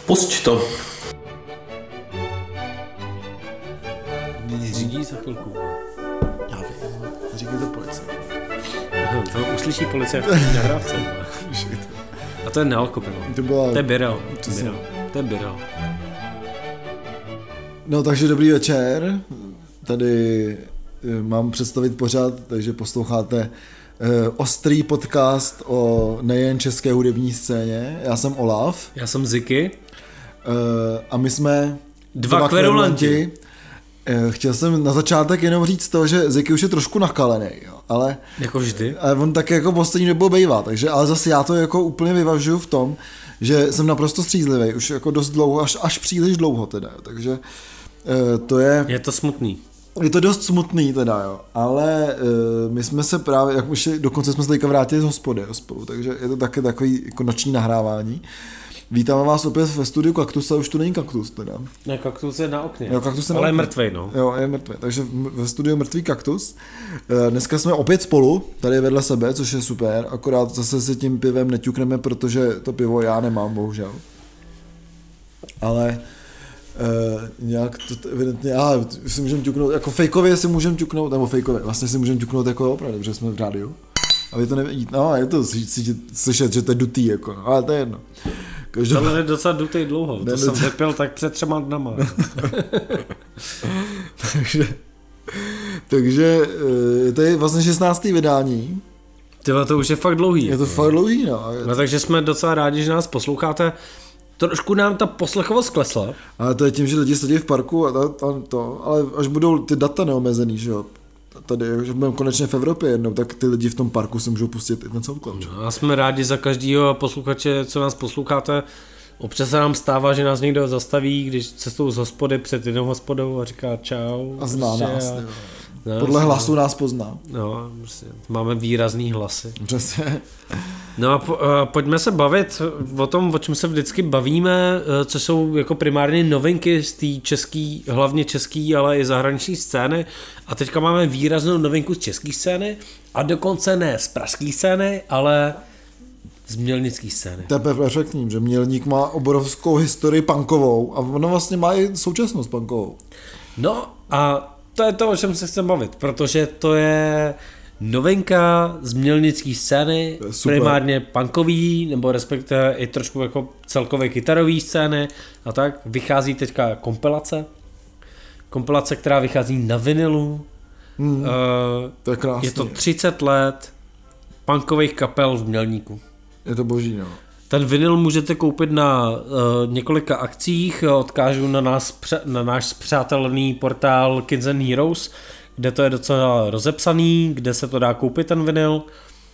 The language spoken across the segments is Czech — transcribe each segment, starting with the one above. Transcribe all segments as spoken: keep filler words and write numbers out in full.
Pusť to. Mě řídí za chvilku. Já vím, říkej to policii. To uslyší policie v té nahrávce. A to je nealkopivo. To, byla... to je birel. To je birel. No takže dobrý večer. Tady mám představit pořad, takže posloucháte uh, ostrý podcast o nejen české hudební scéně. Já jsem Olaf. Já jsem Ziky. Uh, a my jsme dva, dva kverulanti. Uh, chtěl jsem na začátek jenom říct to, že Ziky už je trošku nakalený, jo, ale... Jako vždy. Ale on tak jako poslední dobou bejvá, takže ale zase já to jako úplně vyvažuju v tom, že jsem naprosto střízlivý, už jako dost dlouho, až, až příliš dlouho teda, takže uh, to je... Je to smutný. Je to dost smutný teda, jo, ale uh, my jsme se právě, jak už dokonce jsme se teďka vrátili z hospody jo, spolu, takže je to taky takový jako noční nahrávání. Vítáme vás opět ve studiu Kaktusa, už tu není Kaktus teda. Ne, Kaktus je na okně, jo, kaktus je ale na je okně. mrtvej, no. Jo, je mrtvý, takže ve studiu mrtvý Kaktus. Uh, dneska jsme opět spolu, tady vedle sebe, což je super, akorát zase si tím pivem neťukneme, protože to pivo já nemám, bohužel. Ale... Uh, nějak to evidentně, aha, si můžeme ťuknout, jako fejkově si můžeme ťuknout, nebo fejkově, vlastně si můžeme ťuknout jako opravdu, protože jsme v rádiu. A vy to nevidíte, no je to slyšet, že to je dutý, jako, no, ale to je jedno. Každopád... Tohle je docela dutý dlouho, to ne, jsem to... vypil tak před třema dnama. takže, takže to je vlastně šestnácté vydání. Tyhle, to už je fakt dlouhý. Je to fakt dlouhý, no. No takže jsme docela rádi, že nás posloucháte. Trošku nám ta poslechovost klesla. Ale to je tím, že lidi sedí v parku a to, to, to ale až budou ty data neomezený, že jo, tady, že budeme konečně v Evropě jednou, tak ty lidi v tom parku si můžou pustit i ten SoundCloud. No, a jsme rádi za každého posluchače, co nás posloucháte. Občas se nám stává, že nás někdo zastaví, když cestou z hospody před jinou hospodou a říká čau. A zná prostě, nás. A... No, podle hlasu nás pozná. No, prostě, máme výrazný hlasy. Přesně. No a po, uh, pojďme se bavit o tom, o čem se vždycky bavíme, uh, co jsou jako primárně novinky z té český, hlavně český, ale i zahraniční scény. A teďka máme výraznou novinku z české scény a dokonce ne z pražské scény, ale z mělnické scény. To je perfektní, že Mělník má obrovskou historii punkovou a ono vlastně má i současnost punkovou. No a to je to, o čem se chcem bavit, protože to je novinka z mělnické scény, primárně punkový, nebo respektive i trošku jako celkově kytarový scény a tak. Vychází teďka kompilace, kompilace, která vychází na vinilu. Hmm, uh, to je krásný. Je to třicet let punkových kapel v Mělníku. Je to boží, no. Ten vinyl můžete koupit na uh, několika akcích, odkážu na, nás, na náš spřátelený portál Kids and Heroes, kde to je docela rozepsaný, kde se to dá koupit ten vinyl. Uh,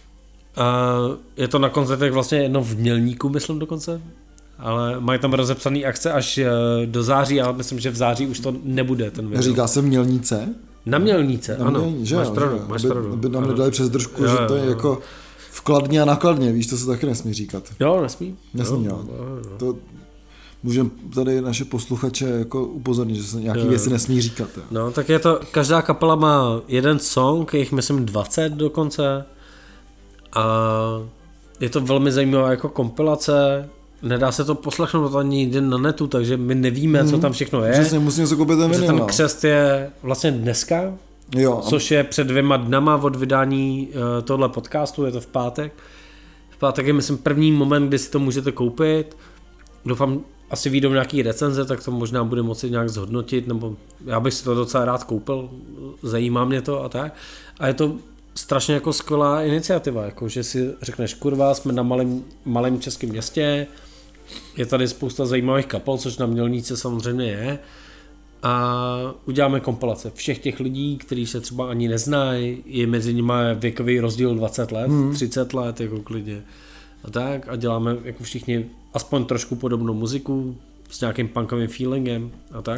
je to na koncertech vlastně jedno v Mělníku, myslím dokonce, ale mají tam rozepsaný akce až uh, do září, ale myslím, že v září už to nebude ten vinyl. Říká se Mělnice? Na Mělnice, na ano, Mělní, že máš jo, pravdu, že? máš aby, pravdu. aby nám ano. nedali přes držku, jo, že to je jo, jako vkladně a nakladně, víš, to se taky nesmí říkat. Jo, nesmí. Nesmí, jo. jo. jo. To můžeme tady naše posluchače jako upozornit, že se nějaký jo. věci nesmí říkat. Jo. No, tak je to, každá kapela má jeden song, je jich myslím dvacet dokonce a je to velmi zajímavá jako kompilace, nedá se to poslechnout ani jde na netu, takže my nevíme, hmm. co tam všechno je. Přesně, musíme se koupit ten vinyl. Ten křest je vlastně dneska, jo. což je před dvěma dnama od vydání uh, tohle podcastu, je to v pátek. V pátek je myslím první moment, kdy si to můžete koupit. Doufám, asi vyjdou nějaký recenze, tak to možná bude moci nějak zhodnotit, nebo já bych si to docela rád koupil, zajímá mě to a tak. A je to strašně jako skvělá iniciativa, jako že si řekneš, kurva, jsme na malém, malém českém městě, je tady spousta zajímavých kapel, což na Mělníce samozřejmě je, a uděláme kompilace všech těch lidí, kteří se třeba ani neznají, je mezi nimi věkový rozdíl dvacet let, hmm. třicet let, jako klidně. A tak, a děláme jako všichni aspoň trošku podobnou muziku s nějakým punkovým feelingem a tak.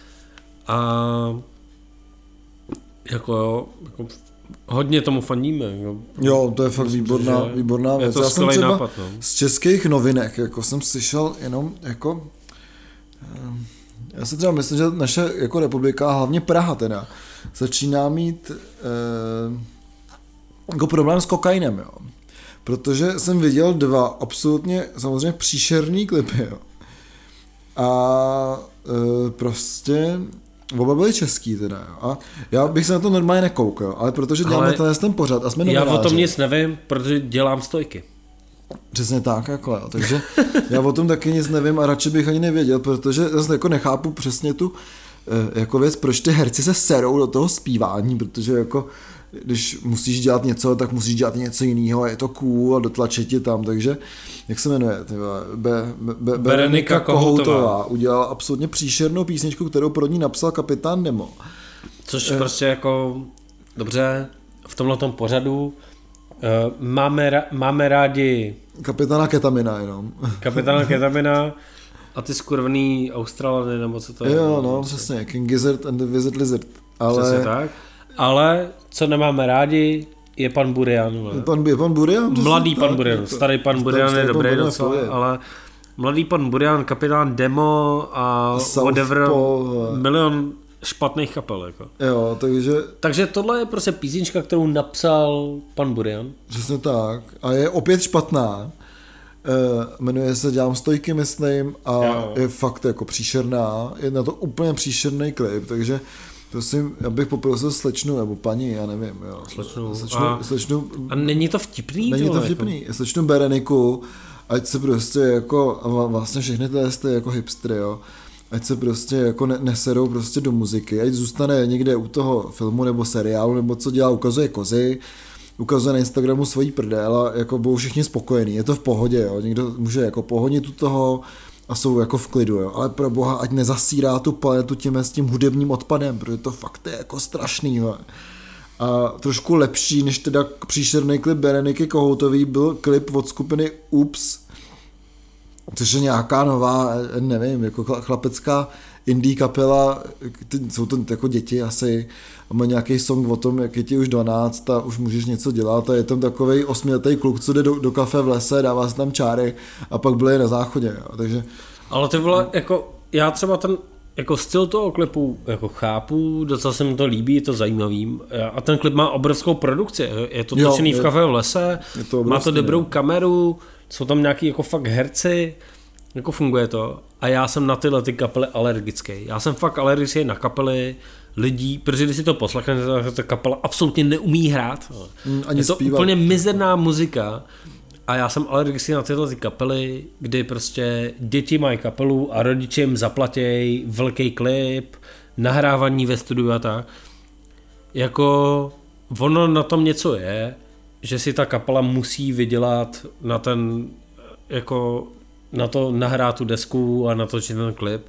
A jako jo, jako hodně tomu fandíme. Jo, jo to je fakt myslím, výborná, výborná věc. Je to Já jsem třeba nápad, no. z českých novinek, jako jsem slyšel jenom jako... Já si třeba myslím, že naše jako republika, hlavně Praha teda, začíná mít eh, jako problém s kokainem, jo. Protože jsem viděl dva absolutně samozřejmě příšerný klipy, jo. a uh, prostě oba byli český teda, jo. A já bych se na to normálně nekoukal, ale protože děláme ale ten pořad a jsme novináři. Já o tom nic nevím, protože dělám stojky. Přesně tak, jako jo. Takže já o tom taky nic nevím a radši bych ani nevěděl, protože zase jako nechápu přesně tu jako věc, proč ty herci se serou do toho zpívání, protože jako když musíš dělat něco, tak musíš dělat něco jiného a je to cool a dotlačit tě tam, takže jak se jmenuje? Be, be, be, Berenika Kohoutová udělala absolutně příšernou písničku, kterou pro ní napsal kapitán Nemo. Což eh. prostě jako dobře, v tomhletom pořadu uh, máme, máme rádi kapitána Ketamina jenom. Kapitána Ketamina a ty skurvený Australany, nebo co to je? Jo, no, přesně, King Gizzard and the Wizard Lizard. Ale... Přesně tak. Ale co nemáme rádi, je pan Burian. Je pan, je pan Burian? Mladý pan Burian, starý pan Burian je dobrý docela, ale mladý pan Burian, kapitán Demo a whatever, milion špatných kapel. Jako. Jo, takže... Takže tohle je prostě písnička, kterou napsal pan Burian. Přesně tak. A je opět špatná. Uh, jmenuje se Dělám stojky, myslím, a jo. Je fakt jako příšerná. Je na to úplně příšerný klip, takže prosím, já bych poprosil slečnu, nebo paní, já nevím, jo. Slečnu. Slečnu, a, slečnu, a není to vtipný? Není to vtipný. Jako... Slečnu Bereniku, ať se prostě jako, vlastně všechny ty jste jako hipstry, jo. Ať se prostě jako ne, neserou prostě do muziky, ať zůstane někde u toho filmu nebo seriálu, nebo co dělá, ukazuje kozy, ukazuje na Instagramu svojí prdel a jako budou všichni spokojení, je to v pohodě, jo. Někdo může jako pohodit u toho a jsou jako v klidu, jo. Ale pro boha, ať nezasírá tu planetu tím s tím hudebním odpadem, protože to fakt je jako strašný, jo. A trošku lepší, než teda příšerný klip Bereniky Kohoutový byl klip od skupiny Oops, což je nějaká nová, nevím, jako chlapecká indie kapela, jsou to jako děti asi, a má nějaký song o tom, jak je ti už dvanáct a už můžeš něco dělat a je tam takovej osmiletý kluk, co jde do, do kafe v lese, dává se tam čáry a pak byli na záchodě, jo, takže... Ale ty vole, jako, já třeba ten, jako styl toho klipu, jako chápu, docela se mi to líbí, je to zajímavý a ten klip má obrovskou produkci, je to točený v kafe v lese, to má to dobrou kameru, jsou tam nějaký jako fakt herci, jako funguje to a já jsem na tyhle ty kapely alergický. Já jsem fakt alergický na kapely lidí, protože když si to poslechnete, tak ta kapela absolutně neumí hrát. Mm, ani je to zpívat. Úplně mizerná muzika a já jsem alergický na tyhle ty kapely, kdy prostě děti mají kapelu a rodiče jim zaplatějí velký klip, nahrávání ve studiu a tak. Jako ono na tom něco je, že si ta kapela musí vydělat na ten jako na to nahrát tu desku a natočit ten klip.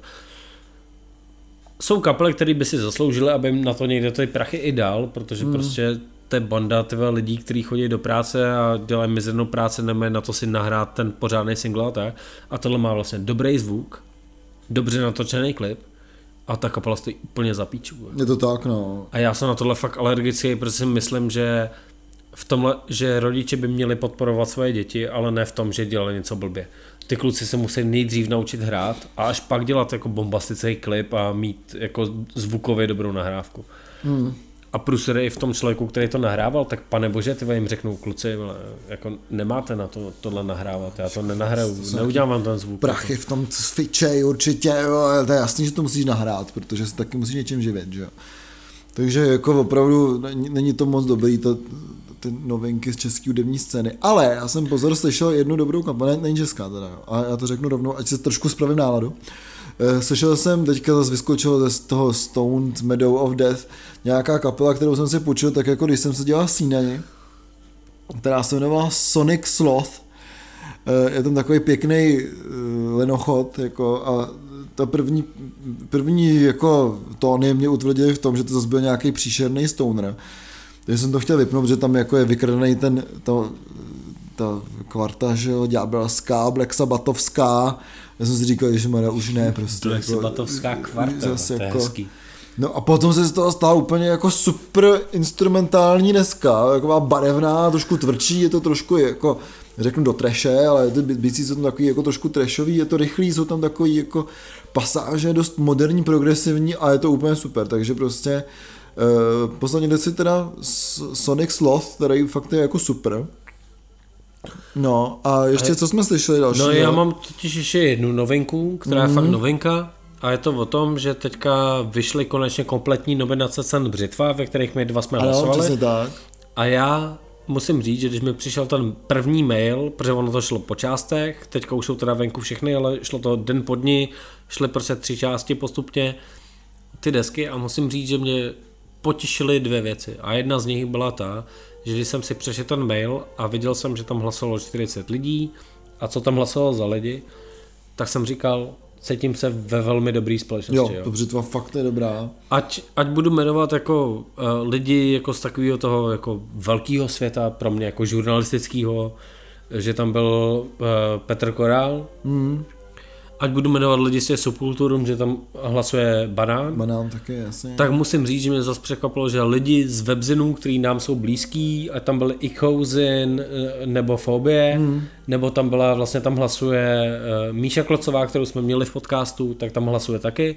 Jsou kapely, které by si zasloužily, aby jim na to někde ty prachy i dal, protože hmm. prostě to je banda tyhle lidí, kteří chodí do práce a dělají mizernou práci, nemají na to si nahrát ten pořádný single a tak. A tohle má vlastně dobrý zvuk, dobře natočený klip a ta kapela stojí úplně za píču. Je to tak, no. A já jsem na tohle fakt alergický, protože si myslím, že v tomhle, že rodiče by měli podporovat svoje děti, ale ne v tom, že dělali něco blbě. Ty kluci se musí nejdřív naučit hrát a až pak dělat jako bombastický klip a mít jako zvukově dobrou nahrávku. Hmm. A průser i v tom člověku, který to nahrával, tak pane bože, ty jim řeknou, kluci, jako nemáte na to tohle nahrávat, já to nenahraju, neudělám vám ten zvuk. Prachy v tom fičej určitě, jo, to je jasný, že to musíš nahrát, protože se taky musíš něčím živit, že jo. Takže jako opravdu není to moc dobrý, to, ty novinky z české hudební scény, ale já jsem pozor slyšel jednu dobrou kapelu, není česká teda, jo, a já to řeknu rovnou, ať se trošku spravím náladu. Slyšel jsem, teďka zase vyskočil z toho Stoned Meadow of Death nějaká kapela, kterou jsem si půjčil, tak jako když jsem se dělal snídani, která se jmenovala Sonic Sloth. Je tam takový pěkný lenochod, jako, a ta první, první jako tóny mě utvrdily v tom, že to zase byl nějaký příšerný stoner. Takže jsem to chtěl vypnout, že tam jako je vykradený ten, to, ta kvarta, že jo, ďábelská, Black Sabbathovská. Já jsem si říkal, že Mara už ne, prostě. Black Sabbathovská kvarta, to je jako, hezký. No a potom se z toho stala úplně jako super instrumentální deska, taková barevná, trošku tvrdší, je to trošku jako, řeknu do trashe, ale ty bicí jsou tam takový jako trošku trashový, je to rychlý, jsou tam takový jako pasáže, dost moderní, progresivní a je to úplně super, takže prostě uh, poslední deci teda Sonic Sloth, který fakt je jako super. No a ještě a co jsme slyšeli další? No já mám totiž ještě jednu novinku, která mm. je fakt novinka a je to o tom, že teďka vyšly konečně kompletní nominace cen Břitva, ve kterých my dva jsme ano, hlasovali. Tak. A já musím říct, že když mi přišel ten první mail, protože ono to šlo po částech, teďka už jsou teda venku všechny, ale šlo to den po dni, šly prostě tři části postupně ty desky a musím říct, že mě potěšily dvě věci. A jedna z nich byla ta, že když jsem si přečetl ten mail a viděl jsem, že tam hlasovalo čtyřicet lidí a co tam hlasovalo za lidi, tak jsem říkal, cítím se ve velmi dobrý společnosti. Jo, to Břitva fakt je dobrá. Ať, ať budu jmenovat jako uh, lidi jako z takového toho jako velkého světa, pro mě jako žurnalistického, že tam byl uh, Petr Korál, mm. ať budu jmenovat lidi z těch subkulturům, že tam hlasuje Banán. Banán taky, jasně. Tak musím říct, že mě zase překvapilo, že lidi z webzinů, který nám jsou blízký, a tam byl Ichouzin nebo Fobie, hmm. nebo tam byla, vlastně tam hlasuje uh, Míša Klocová, kterou jsme měli v podcastu, tak tam hlasuje taky.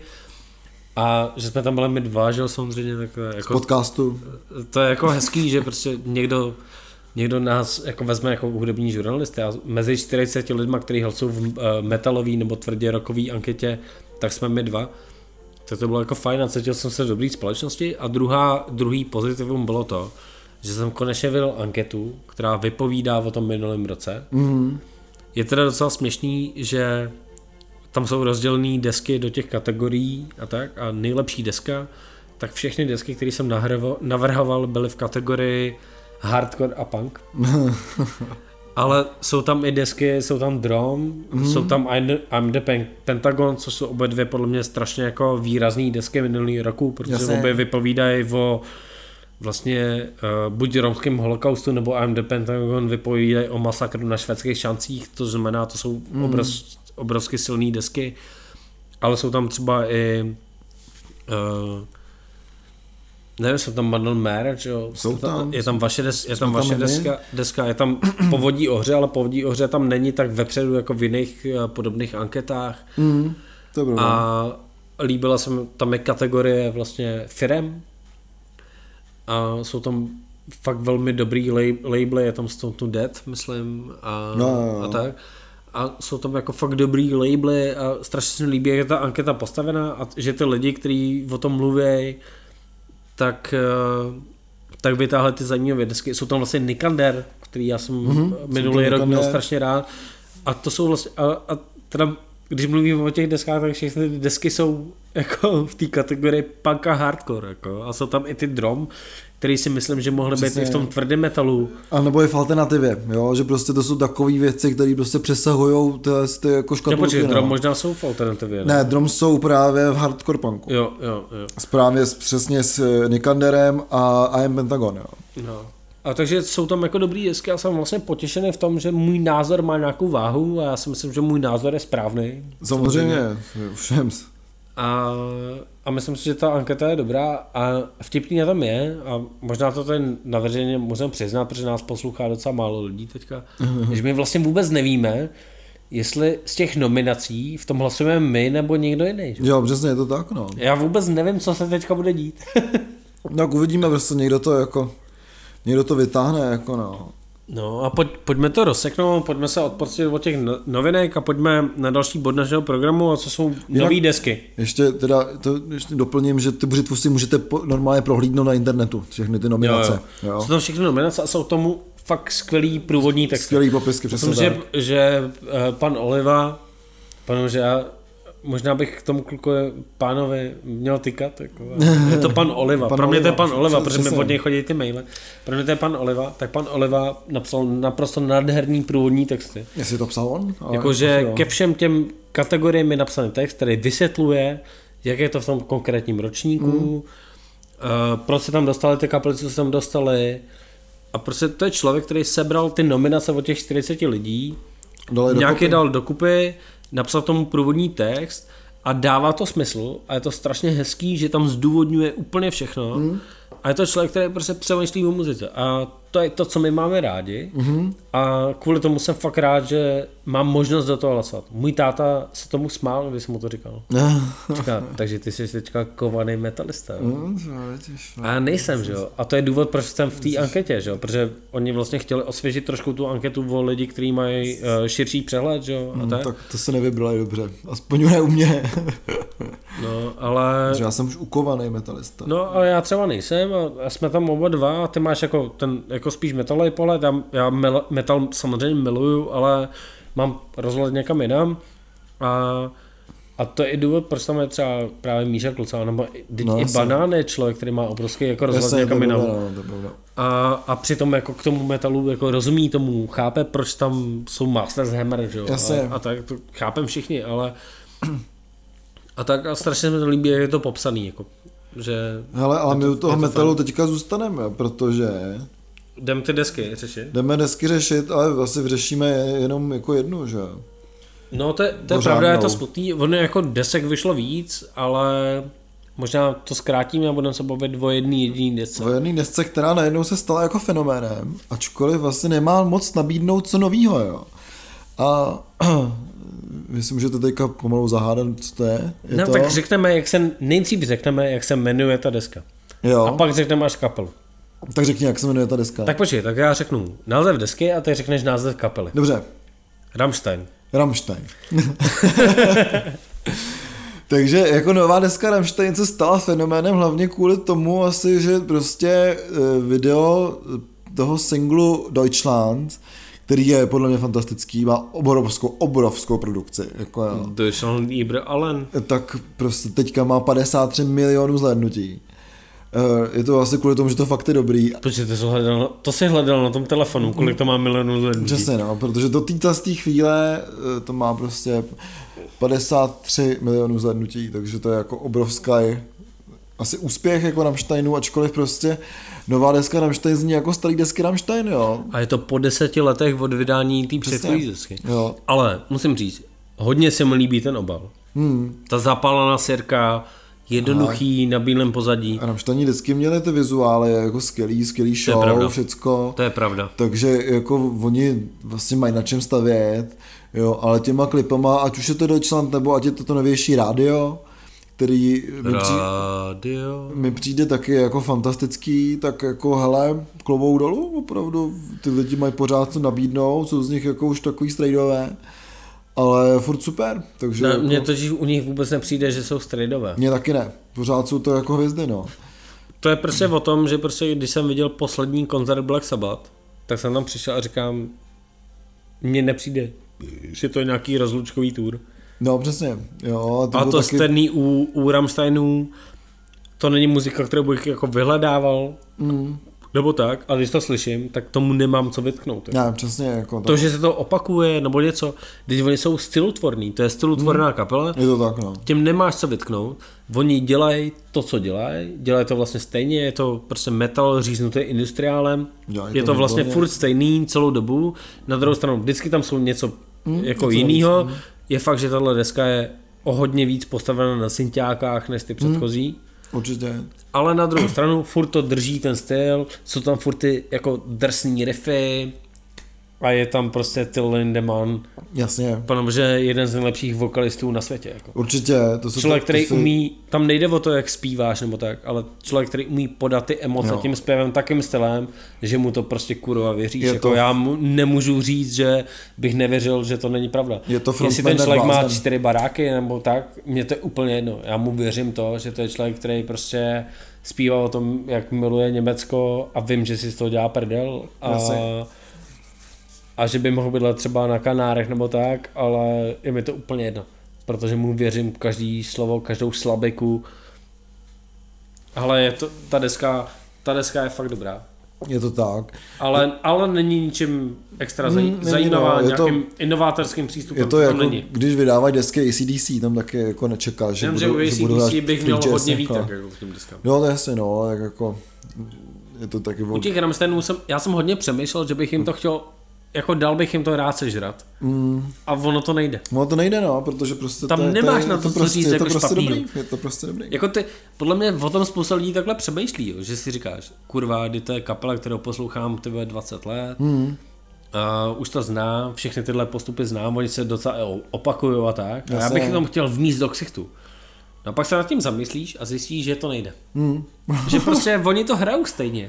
A že jsme tam byli my dva, že samozřejmě tak jako... Z podcastu. To je jako hezký, že prostě někdo... Někdo nás jako vezme jako hudební žurnalisty a mezi čtyřiceti lidma, kteří hlasují v metalový nebo tvrdě rockový anketě, tak jsme my dva. Tak to bylo jako fajn a cítil jsem se v dobré společnosti. A druhá, druhý pozitivum bylo to, že jsem konečně vydal anketu, která vypovídá o tom minulém roce. Mm-hmm. Je teda docela směšný, že tam jsou rozdělené desky do těch kategorií a tak a nejlepší deska, tak všechny desky, které jsem navrhoval, byly v kategorii hardcore a punk. Ale jsou tam i desky, jsou tam Drom, mm. jsou tam I'm the Pentagon, což jsou obě dvě podle mě strašně jako výrazný desky minulý roku, protože Jasně. obě vypovídají o vlastně uh, buď romském holokaustu, nebo I'm the Pentagon vypovídají o masakru na švédských šancích, to znamená, to jsou mm. obrov, obrovsky silné desky, ale jsou tam třeba i uh, nevím, jsou tam Madonna Marriage, jo. Jsou tam, je tam vaše, des, je tam vaše tam deska, deska, je tam Povodí ohře, ale Povodí ohře tam není tak vepředu jako v jiných uh, podobných anketách. Mm, to a líbila se mi, tam je kategorie vlastně firem a jsou tam fakt velmi dobrý labely, je tam Stone to Death, myslím, a, no, no, no. a tak. A jsou tam jako fakt dobrý labely a strašně se mi líbí, jak je ta anketa postavená a že ty lidi, kteří o tom mluví, tak, tak vytáhli ty zajímavé desky. Jsou tam vlastně Nikander, který já jsem mm-hmm, minulý rok měl strašně rád. A to jsou vlastně, a, a teda, když mluvím o těch deskách, tak všechny ty desky jsou jako v té kategorii punk a hardcore. Jako. A jsou tam i ty Drom, který si myslím, že mohly být i v tom tvrdém metalu. A nebo i v alternativě, jo? Že prostě to jsou takové věci, které prostě přesahují ty, ty jako škatulky. Počkej, Drom možná jsou v alternativě. Ne, ne Drom jsou právě v hardcore punku. Jo, jo, jo. Správně přesně s Nikanderem a I Am Pentagon, jo. No. A takže jsou tam jako dobrý desky a jsem vlastně potěšený v tom, že můj názor má nějakou váhu a já si myslím, že můj názor je správný. Samozřejmě, všem. A, a myslím si, že ta anketa je dobrá a vtipný na tom je a možná to tady na veřejně můžeme přiznat, protože nás poslouchá docela málo lidí teďka, mm-hmm. že my vlastně vůbec nevíme, jestli z těch nominací v tom hlasujeme my nebo někdo jiný. Že? Jo, přesně je to tak, no. Já vůbec nevím, co se teďka bude dít. Tak uvidíme, prostě někdo to jako, někdo to vytáhne, jako no. No a pojď, pojďme to rozseknout, pojďme se odprostit od těch novinek a pojďme na další bod našeho programu a co jsou nové desky. Ještě teda to ještě doplním, že ty Břitvu si můžete po, normálně prohlídnout na internetu, všechny ty nominace. Jo, jo. Jo. Jsou tam všechny nominace a jsou tomu fakt skvělý průvodní texty. Skvělý popisky, přesně tak. Že, že pan Oliva, panu, že já možná bych k tomu klukovi pánovi měl tykat. Jako, je to pan Oliva. Pan Pro mě Oliva, to je pan Oliva, protože mi od něj chodí ty maily. Pro mě to je pan Oliva. Tak pan Oliva napsal naprosto nádherný průvodní texty. Jestli to psal on? Jakože ke všem těm kategoriím je napsaný text, který vysvětluje, jak je to v tom konkrétním ročníku, mm. uh, proč se tam dostali ty kapely, co se tam dostali. A prostě to je člověk, který sebral ty nominace od těch čtyřiceti lidí, Dole nějaký dal dokupy, napsal tomu průvodní text a dává to smysl a je to strašně hezký, že tam zdůvodňuje úplně všechno mm. A je to člověk, který prostě přemýšlí o muzice. A to je to, co my máme rádi. Mm-hmm. A kvůli tomu jsem fakt rád, že mám možnost do toho hlasovat. Můj táta se tomu smál, když jsem mu to říkal. Říká, takže ty jsi teďka kovaný metalista. Jo? A já nejsem, že jo. A to je důvod, proč jsem v té anketě, že jo. Protože oni vlastně chtěli osvěžit trošku tu anketu o lidi, kteří mají uh, širší přehled, že jo. A tak. tak to se nevybrali dobře. Aspoň ne u mě. No, ale... Že já jsem už ukovaný metalista. No, ale já třeba nejsem a jsme tam oba dva a ty máš jako ten jako spíš metalový pohled, já, já metal samozřejmě miluju, ale mám rozhled někam jinam a, a to je i důvod, proč tam je třeba právě Míša Klucá, nebo no, i Banán je člověk, který má obrovský jako rozhled někam jinam. A, a přitom jako k tomu metalu jako rozumí tomu, chápe, proč tam jsou Masters Hammer, že jo, a, a tak to chápem všichni, ale a tak a strašně se mi to líbí, jak je to popsaný, jako, že... Hele, ale my u toho metalu fan. Teďka zůstaneme, protože... Jdeme ty desky řešit? Jdeme desky řešit, ale vlastně řešíme jenom jako jednu, že? No to je, to je pravda, je to smutný, ono jako desek vyšlo víc, ale možná to zkrátíme a budeme se bavit o jedný jediný desce. O jedný desce, která najednou se stala jako fenoménem, ačkoliv vlastně nemá moc nabídnout co novýho, jo. A... Myslím, že to teďka pomalu zahádat, co to je. je no to... tak řekneme, jak se, nejdřív řekneme, jak se jmenuje ta deska. Jo. A pak řekneme až kapelu. Tak řekni, jak se jmenuje ta deska. Tak počkej, tak já řeknu název desky a ty řekneš název kapely. Dobře. Rammstein. Rammstein. Takže jako nová deska Rammstein se stala fenoménem hlavně kvůli tomu asi, že prostě video toho singlu Deutschland, který je podle mě fantastický, má obrovskou, obrovskou produkci. Jako Deutschland über allen. Tak prostě teďka má padesát tři milionů zhlédnutí. Je to asi kvůli tomu, že to fakt je dobrý. Počkej, to, hledal, to jsi hledal na tom telefonu, kolik to má milionů zhlédnutí. Přesně, no, protože do této z té chvíle to má prostě padesát tři milionů zhlédnutí, takže to je jako obrovská asi úspěch jako Rammsteinu, ačkoliv prostě nová deska Rammstein zní jako starý desky Rammstein, jo. A je to po deseti letech od vydání té předchozí desky. Jo. Ale musím říct, hodně se mi líbí ten obal. Hmm. Ta zapálená sirka, jednoduchý, na bílém pozadí. A Rammsteini vždycky měli ty vizuály, jako skvělý, skvělý show, všecko. To je pravda. Takže jako oni vlastně mají na čem stavět, jo, ale těma klipama, ať už je to Deutschland, nebo ať je to to novější rádio, který mi přijde, mi přijde taky jako fantastický, tak jako hele, klobouk dolů, opravdu, ty lidi mají pořád co nabídnout, jsou z nich jako už takový strejdové, ale furt super. Takže ne, jako, mně totiž u nich vůbec nepřijde, že jsou strejdové. Mně taky ne, pořád jsou to jako hvězdy, no. To je prostě o tom, že prostě když jsem viděl poslední koncert Black Sabbath, tak jsem tam přišel a říkám, mně nepřijde, že to je nějaký rozlučkový tour. No přesně, jo. To a to taky... stejný u, u Rammsteinů, to není muzika, kterou bych jako vyhledával, mm. nebo tak, ale když to slyším, tak tomu nemám co vytknout. Ne, přesně. Jako to, že se to opakuje, nebo něco, když oni jsou stylutvorní, to je stylutvorná mm. kapela, je to tak, no. Tím nemáš co vytknout, oni dělají to, co dělají, dělají to vlastně stejně, je to prostě metal říznutý industriálem, dělají je to, to vlastně furt stejný celou dobu, na druhou stranu vždycky tam jsou něco mm, jako jinýho. Víc, je fakt, že tahle deska je o hodně víc postavena na synťákách než ty předchozí. Hmm, určitě. Ale na druhou stranu furt to drží ten styl, jsou tam furt ty jako drsný riffy a je tam prostě Till Lindemann. Jasně. Protože je jeden z nejlepších vokalistů na světě. Jako. Určitě. To jsou člověk, to, který to jsou... umí, tam nejde o to, jak zpíváš nebo tak, ale člověk, který umí podat ty emoce no. tím zpěvem takým stylem, že mu to prostě kurva věříš. Jako to... Já mu nemůžu říct, že bych nevěřil, že to není pravda. Je to jestli ten člověk má čtyři baráky nebo tak, mě to je úplně jedno. Já mu věřím to, že to je člověk, který prostě zpívá o tom, jak miluje Německo a vím, že si z toho dělá prdel. A... A že by mohl bydlet třeba na Kanárech nebo tak, ale je mi to úplně jedno. Protože mu věřím každý slovo, každou slabiku. Ale je to, ta deska, ta deska je fakt dobrá. Je to tak. Ale, ale není ničím extra zaj, hmm, zajímavá, no, nějakým to, inovátorským přístupem. Je to jako, není. Když vydávají desky A C D C, tam taky jako nečekáš, že, že budou, že budou hrát bych měl hodně víc tak jako v těm deskám. Jo, to je jasně, no, tak jako je to taky... U těch Rammsteinů jsem, já jsem hodně přemýšlel, že bych jim to chtěl jako dal bych jim to rád sežrat. Mm. A ono to nejde. No to nejde, no, protože prostě tam to, nemáš to, na to, to co prostě, říct je jako to prostě špatný. dobrý, je to prostě dobrý. Jako ty, podle mě o tom spousta lidí takhle přemýšlí, jo, že si říkáš, kurva, kdy to je kapela, kterou poslouchám tebe dvacet let, mm. uh, už to znám, všechny tyhle postupy znám, oni se docela opakujou a tak. A já bych tam chtěl vníst do ksichtu. No a pak se nad tím zamyslíš a zjistíš, že to nejde. Mm. Že prostě oni to hrajou stejně,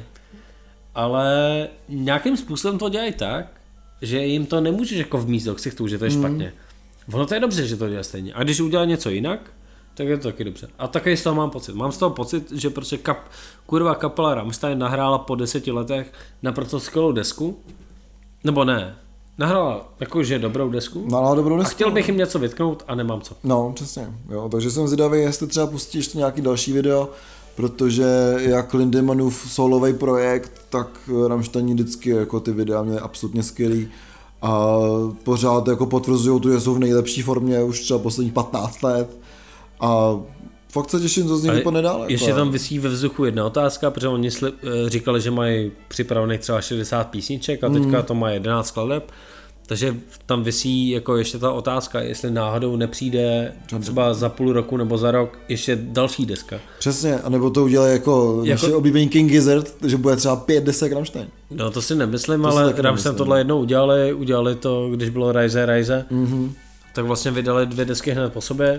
ale nějakým způsobem to dělají tak, že jim to nemůžeš jako vmíst do ksichtu, že to je mm. špatně. Ono to je dobře, že to dělá stejně. A když udělá něco jinak, tak je to taky dobře. A taky z toho mám pocit. Mám z toho pocit, že prostě kap, kurva kapela Rammstein nahrála po deseti letech naprosto skvělou desku. Nebo ne. Nahrála jakože dobrou desku. Nahrála dobrou desku. A chtěl bych jim něco vytknout a nemám co. No, přesně. Jo, takže jsem zvědavý, jestli třeba pustí ještě nějaký další video, protože jak Lindemannův solový projekt, tak Rammstein vždycky jako ty videa měly absolutně skvělý. A pořád jako potvrzují tu, že jsou v nejlepší formě už třeba posledních patnáct let. A fakt se těším, co z nich vypadne dál. Ještě jako. Tam visí ve vzduchu jedna otázka, protože oni slib, říkali, že mají připravených třeba šedesát písniček a teďka mm. to má jedenáct skladeb. Takže tam visí jako ještě ta otázka, jestli náhodou nepřijde třeba za půl roku nebo za rok ještě další deska. Přesně, anebo to udělají jako, jako... naše oblíbení King Gizzard, že bude třeba pět desek Rammstein. No to si nemyslím, to ale Rammstein tohle jednou udělali, udělali to, když bylo Rise Rise, mm-hmm. tak vlastně vydali dvě desky hned po sobě.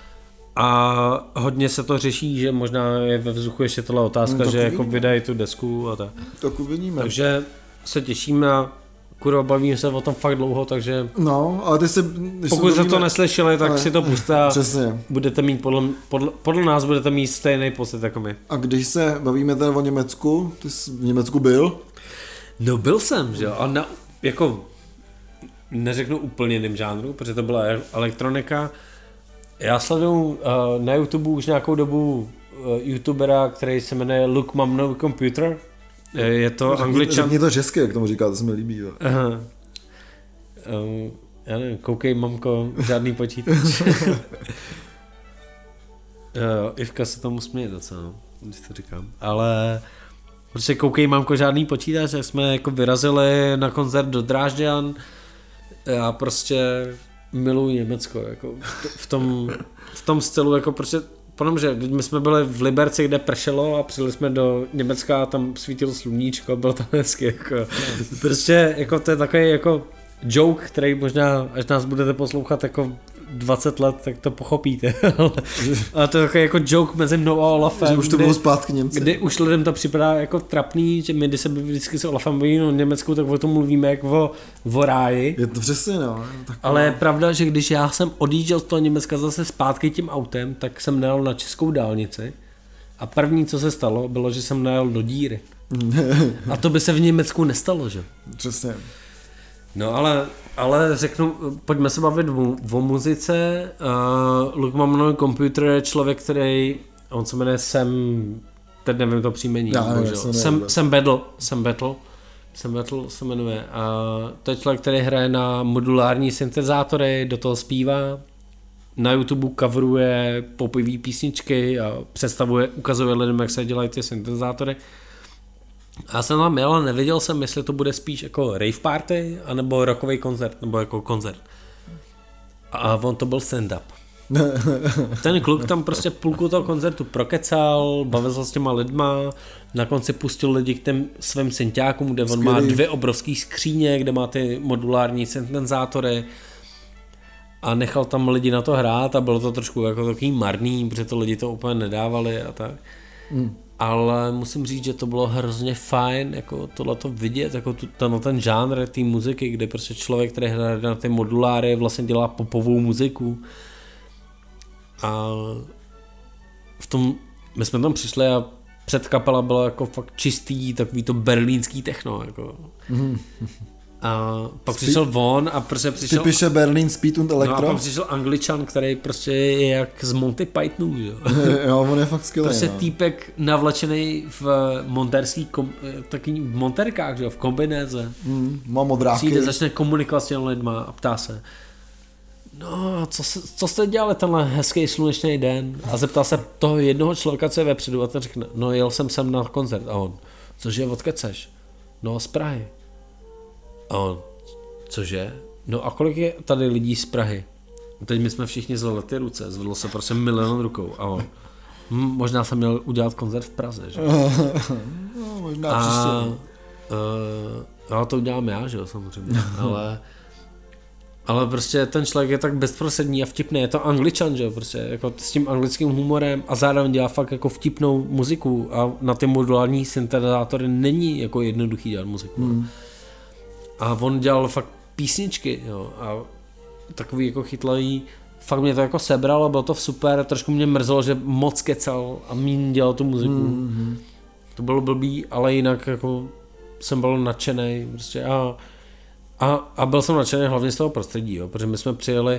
A hodně se to řeší, že možná je ve vzduchu ještě tohle otázka, no, že jako vydají tu desku a tak. Tak uvidíme. Takže se těším na, kurva, bavím se o tom fakt dlouho, takže no, ale ty se, pokud jste to neslyšeli, tak ale... si to puste a přesně. Budete mít podle, podle, podle nás budete mít stejný pocit jako my. A když se bavíme teda o Německu, ty jsi v Německu byl? No byl jsem, že jo, a na, jako neřeknu úplně jiným žánru, protože to byla elektronika. Já sleduju uh, na YouTube už nějakou dobu uh, youtubera, který se jmenuje Look Mom No Computer. Je to řekni, Angličan. Řekni to česky, jak tomu říká, to se mi líbí. Jo. Aha. Um, já nevím, koukej mamko, žádný počítač. uh, Ivka se tomu směje docela, když to říkám. Ale prostě koukej mamko, žádný počítač, jak jsme jako vyrazili na koncert do Drážďan. Já prostě miluji Německo, jako v tom, v tom stylu, jako prostě, protože my jsme byli v Liberci, kde pršelo a přijeli jsme do Německa a tam svítilo sluníčko, bylo tam hezky, jako, prostě, jako to je takový, jako joke, který možná, až nás budete poslouchat jako dvacet let, tak to pochopíte, ale to je takový jako joke mezi mnou a Olafem, že už to kdy, bylo zpátky Němci. Kdy už lidem to připadá jako trapný, že my, když se vždycky s Olafem mluví o Německu, tak o tom mluvíme jako o, o ráji. Je to přesně, no. Tak ale je pravda, že když já jsem odjížděl z toho Německa zase zpátky tím autem, tak jsem najel na českou dálnici a první, co se stalo, bylo, že jsem najel do díry. A to by se v Německu nestalo, že? Přesně. No ale, ale řeknu, pojďme se bavit o, o muzice. Uh, Look Mom No Computer je člověk, který, on se jmenuje Sam, teď nevím to příjmení, Já, bože, Sam, Sam Battle, Sam Battle, Sam Battle se jmenuje. A to je člověk, který hraje na modulární syntezátory, do toho zpívá, na YouTube coveruje popivý písničky a představuje, ukazuje lidem, jak se dělají ty syntezátory. Já jsem tam měl, ale nevěděl jsem, jestli to bude spíš jako rave party, anebo rockový koncert, nebo jako koncert. A on to byl stand-up. Ten kluk tam prostě půlku toho koncertu prokecal, bavil se s těma lidma, na konci pustil lidi k těm svým synťákům, kde on Skvělý. Má dvě obrovský skříně, kde má ty modulární syntezátory a nechal tam lidi na to hrát a bylo to trošku jako takový marný, protože to lidi to úplně nedávali a tak. Mm. Ale musím říct, že to bylo hrozně fajn, jako tohleto vidět, jako tu, ten, ten žánr té muziky, kde prostě člověk, který hraje na ty moduláry, vlastně dělá popovou muziku. A v tom, my jsme tam přišli a před kapela byla jako fakt čistý, takový to berlínský techno, jako. Mm. A pak Speed, přišel on a prostě přišel... Typiše Berlin Speed und Electro. No a pak přišel Angličan, který prostě je jak z Monty Pythonu, jo. Jo, on je fakt skvělý. Prostě no. týpek navlečený v monterský, kom, taký v monterkách, jo, v kombinéze. Mm, má modráky. Přijde, začne komunikovat s těmi lidma a ptá se, no, co, se, co jste dělali tenhle hezký slunečný den? A zeptal se toho jednoho člověka, co je vepředu a ten řekne, no jel jsem sem na koncert. A on, cože, odkud seš? No, z Prahy. A on, Cože? No a kolik je tady lidí z Prahy? Teď my jsme všichni zvedli ty ruce, zvedlo se prostě milion rukou a on, hm, možná jsem měl udělat koncert v Praze, že? No, možná a, příště. Uh, no to udělám já, že jo, samozřejmě, ale ale prostě ten člověk je tak bezprostřední a vtipný, je to Angličan, že jo, prostě jako s tím anglickým humorem a zároveň dělá fakt jako vtipnou muziku a na ty modulární syntetizátory není jako jednoduchý dělat muziku. Hmm. A on dělal fakt písničky, jo, a takový jako chytlavý, fakt mě to jako sebralo, bylo to super, trošku mě mrzelo, že moc kecal a míň dělal tu muziku. Hmm. To bylo blbý, ale jinak jako jsem byl nadšenej, prostě a A, a byl jsem nadšený hlavně z toho prostředí, jo, protože my jsme přijeli,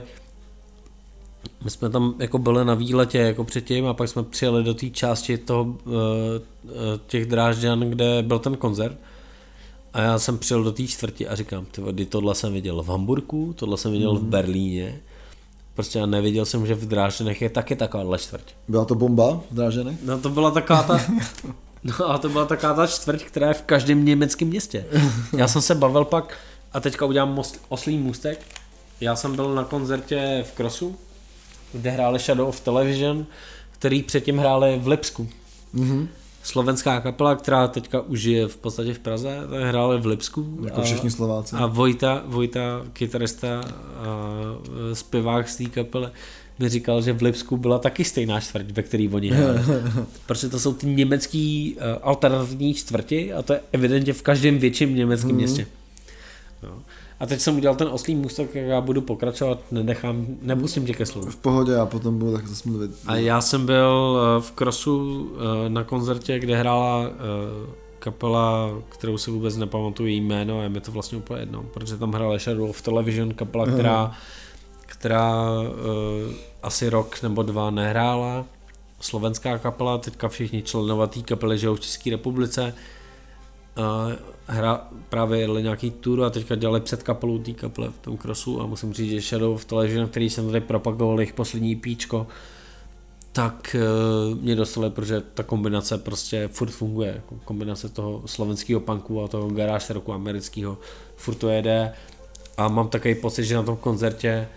my jsme tam jako byli na výletě jako předtím a pak jsme přijeli do té části toho, těch Drážďan, kde byl ten koncert a já jsem přijel do té čtvrti a říkám, ty tohle jsem viděl v Hamburku, tohle jsem viděl mm. v Berlíně, prostě já nevěděl jsem, že v Drážďanech je taky takováhle čtvrť. Byla to bomba v Drážďanech? No to byla taková ta... No a to byla taková ta čtvrť, která je v každém německém městě. Já jsem se bavil pak a teďka udělám most, oslý můstek. Já jsem byl na koncertě v Crossu, kde hráli Shadow of Television, který předtím hráli v Lipsku. Mm-hmm. Slovenská kapela, která teďka už je v podstatě v Praze, tak hráli v Lipsku. Jako všichni Slováci. A Vojta, Vojta, kytarista a zpěvák z té kapely, mi říkal, že v Lipsku byla taky stejná čtvrť, ve který oni hráli. Protože to jsou ty německý uh, alternativní čtvrti a to je evidentně v každém větším německém mm. městě. No. A teď jsem udělal ten oslý můstek, jak já budu pokračovat, nenechám, nepustím tě ke slovu. V pohodě, já potom budu tak zase mluvit. A já jsem byl v Crossu uh, na koncertě, kde hrála uh, kapela, kterou si vůbec nepamatuju její jméno a je mi to vlastně úplně jedno, protože tam hrála Shadow of Television, kapela, která která uh, asi rok nebo dva nehrála. Slovenská kapela, teďka všichni členové té kapely žijou v České republice. Uh, hra, právě jedli nějaký tour a teďka dělali před kapelou té kaple v tom Crossu a musím říct, že Shadow of Television, který jsem tady propagoval, jejich poslední píčko, tak uh, mě dostali, protože ta kombinace prostě furt funguje. Jako kombinace toho slovenského punku a toho garage rocku amerického furt to jede a mám takový pocit, že na tom koncertě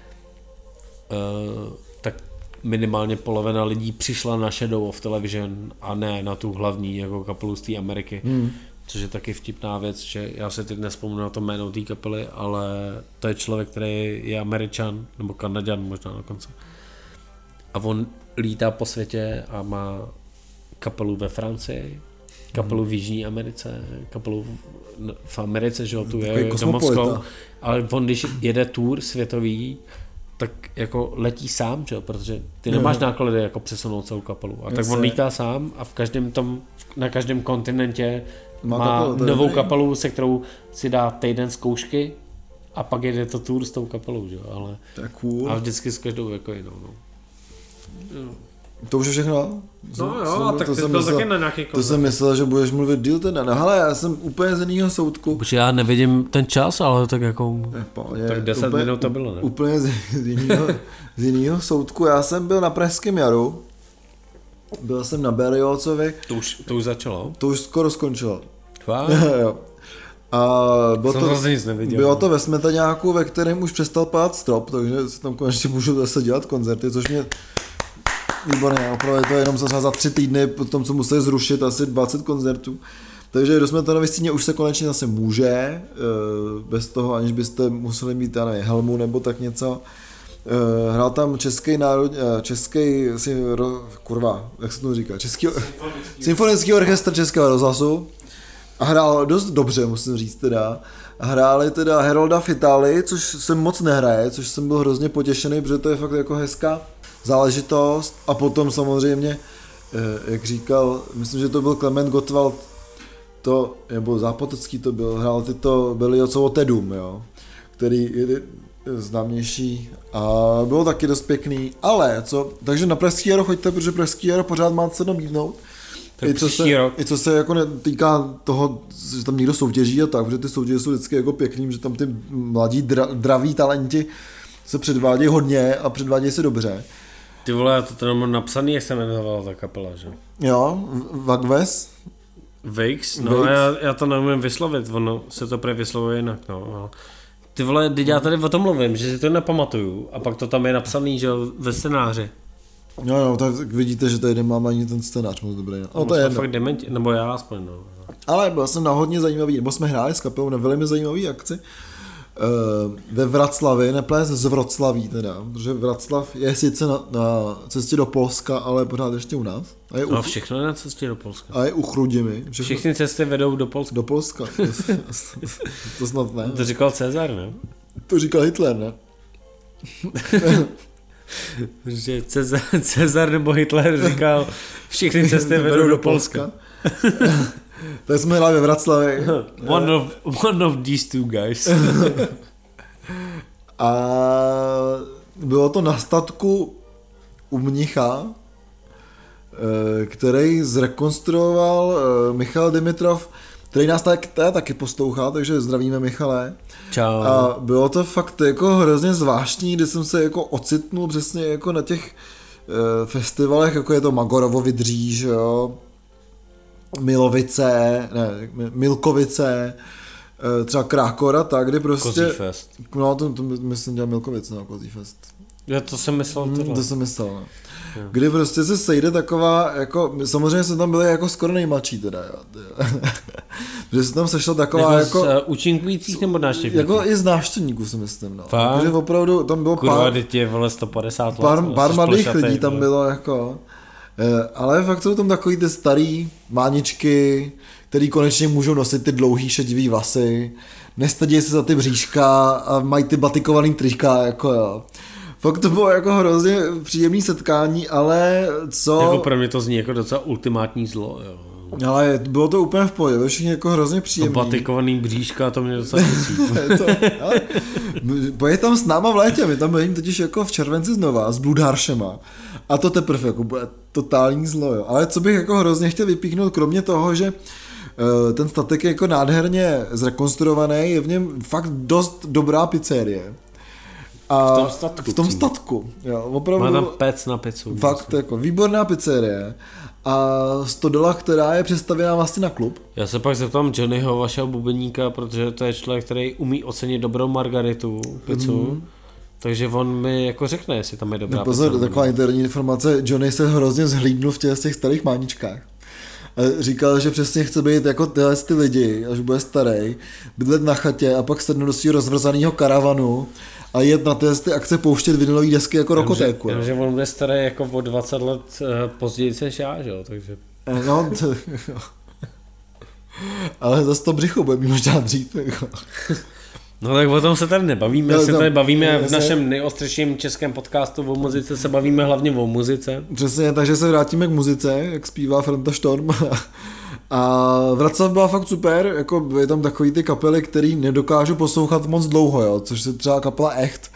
Uh, tak minimálně polovina lidí přišla na Shadow of Television a ne na tu hlavní jako kapelu z té Ameriky, hmm. což je taky vtipná věc, že já se teď nespomenu na to jméno té kapely, ale to je člověk, který je Američan nebo Kanaďan možná dokonce a on lítá po světě a má kapelu ve Francii, kapelu v Jižní Americe, kapelu v Americe, že jo, tu je do Moskvou, ale on když jede tour světový, tak jako letí sám, že? Protože ty nemáš náklady jako přesunout celou kapelu. A tak on lítá sám a v každém tom, na každém kontinentě má, má kapelu, novou kapelu, se kterou si dá týden zkoušky a pak jede to tour s tou kapelou, že? Ale tak cool. A vždycky s každou jako jinou, no. Jo. To už je všechno? No jo, jsem, a tak to ty byl myslel, taky na nějaký koncert. To jsem myslel, že budeš mluvit díl teda. No hele, já jsem úplně z jiného soudku. Protože já nevidím ten čas, ale tak jako... Pohodě, tak deset úplně, minut to bylo, ne? Úplně z, z, jiného, z jiného soudku. Já jsem byl na Pražském jaru. Byl jsem na Beriocovi. To už, to už začalo? To už skoro skončilo. Fakt? Jo. A bylo jsem to, zase nic neviděl. Bylo to ve Smetaňáku, ve kterém už přestal pádat strop, takže si tam konečně můžu zase dělat koncerty, což mě... Výborně, opravdu to je jenom za, za tři týdny po tom, co museli zrušit asi dvacet koncertů. Takže do Smetanovy scéně už se konečně zase může, bez toho, aniž byste museli mít, já nevím, helmu nebo tak něco. Hrál tam český národ, český, kurva, jak se to říká, český, symfonický orchestr Českého rozhlasu a hrál dost dobře, musím říct teda. A hráli teda Herolda Fitali, což jsem moc nehraje, což jsem byl hrozně potěšený, protože to je fakt jako hezká záležitost a potom samozřejmě, jak říkal, myslím, že to byl Klement Gottwald, to, nebo Zápotocký to byl, hrál tyto Berliozovo Tedum, jo, který je známější a bylo taky dost pěkný, ale co, takže na Pražský jaro choďte, protože Pražský jaro pořád má co nabídnout. I co, se, I co se jako týká toho, že tam někdo soutěží a tak, protože ty soutěže jsou vždycky jako pěkný, že tam ty mladí dra, draví talenti se předvádějí hodně a předvádějí se dobře. Ty vole, já to tady mám napsaný, jak se jmenovala ta kapela, že? Jo, Vagves. Vix, no já, já to neumím vyslovit, ono se to prý vyslovuje jinak, no. Ty vole, teď já tady o tom mluvím, že si to nepamatuju a pak to tam je napsaný, že ve scénáři. No, no, tak vidíte, že tady nemám ani ten scénář moc dobrý. No, no to je fakt dementi, nebo já aspoň, no. Ale byl jsem na hodně zajímavý, nebo jsme hráli s kapelou na velmi zajímavý akci. Uh, ve Vraclavi, neplést z Vroclaví teda, protože Vraclav je sice na, na cestě do Polska, ale pořád ještě u nás. A je no u, všechno je na cestě do Polska. A je u Chrudimi. Všechno... Všechny cesty vedou do Polska. Do Polska, to snad ne. To říkal Cezar, ne? To říkal Hitler, ne? Že Cezar, Cezar nebo Hitler říkal, všechny cesty vedou do, do Polska. Tak jsme hráli ve Vraclavi. One of, one of these two guys. A bylo to na statku u mnicha, který zrekonstruoval Michal Dimitrov, který nás tak, taky poslouchá, takže zdravíme Michale. Čau. A bylo to fakt jako hrozně zvláštní, kdy jsem se jako ocitnul přesně jako na těch festivalech, jako je to Magorovo Vydříž, jo, Milovice, ne, Milkovice, třeba Krákora, tak, kdy prostě... Kozí fest. No, to, to myslím dělal Milkovice, no, Kozí fest. Já to jsem myslel tohle. Hmm, to jsem myslel, no. Kdy prostě se sejde taková, jako, samozřejmě jsme tam byli jako skoro nejmladší teda, jo. Že se tam sešla taková jako... jako z uh, účinkujících nebo návštěvníků? Jako i z návštěvníků si myslím, no. Takže opravdu tam bylo Kurva, pár... Kurva, je vole sto padesát pár, let. Pár mladých lidí tam bylo jako... Ale fakt jsou tam takový ty starý máničky, který konečně můžou nosit ty dlouhý šedivý vlasy, nestadějí se za ty bříška a mají ty batikovaný trička, jako jo. Fakt to bylo jako hrozně příjemný setkání, ale co... Jako pro mě to zní jako docela ultimátní zlo, jo. Ale bylo to úplně v pohodě, to všichni jako hrozně příjemný. To batikovaný bříška, to mě docela těsí. Pojď tam s náma v létě, my tam budeme totiž jako v červenci znova s Bloodharshema. A to teprve jako bude totální zlo, jo. Ale co bych jako hrozně chtěl vypíchnout, kromě toho, že uh, ten statek je jako nádherně zrekonstruovaný, je v něm fakt dost dobrá pizzerie. A v tom statku. V tom statku, jo, opravdu. Má tam pec na pizzu. Fakt vlastně. Jako výborná pizzerie. A stodola, která je přestavěná vlastně na klub. Já se pak zeptám Johnnyho, vašeho bubeníka, protože to je člověk, který umí ocenit dobrou margaritu, pizzu. Mm. Takže on mi jako řekne, jestli tam je dobrá Pozor, pizza. Taková interní informace, Johnny se hrozně zhlídnul v těch, těch starých máničkách. A říkal, že přesně chce být jako tyhle ty lidi, až bude starý, bydlet na chatě a pak sednout do svého rozvrzaného karavanu a jet na ty akce pouštět vinylový desky jako rokotéku. Že on bude starý jako o dvacet let později než já, že jo, takže... No, to, ale zase to břicho bude mít možná dřív, jako. No tak o tom se tady nebavíme, no, se tady bavíme v našem nejostřejším českém podcastu o muzice, se bavíme hlavně o muzice. Přesně, takže se vrátíme k muzice, jak zpívá Franta Storm. A Vraclav byla fakt super, jako je tam takový ty kapely, který nedokážu poslouchat moc dlouho, jo, což se třeba kapela Echt,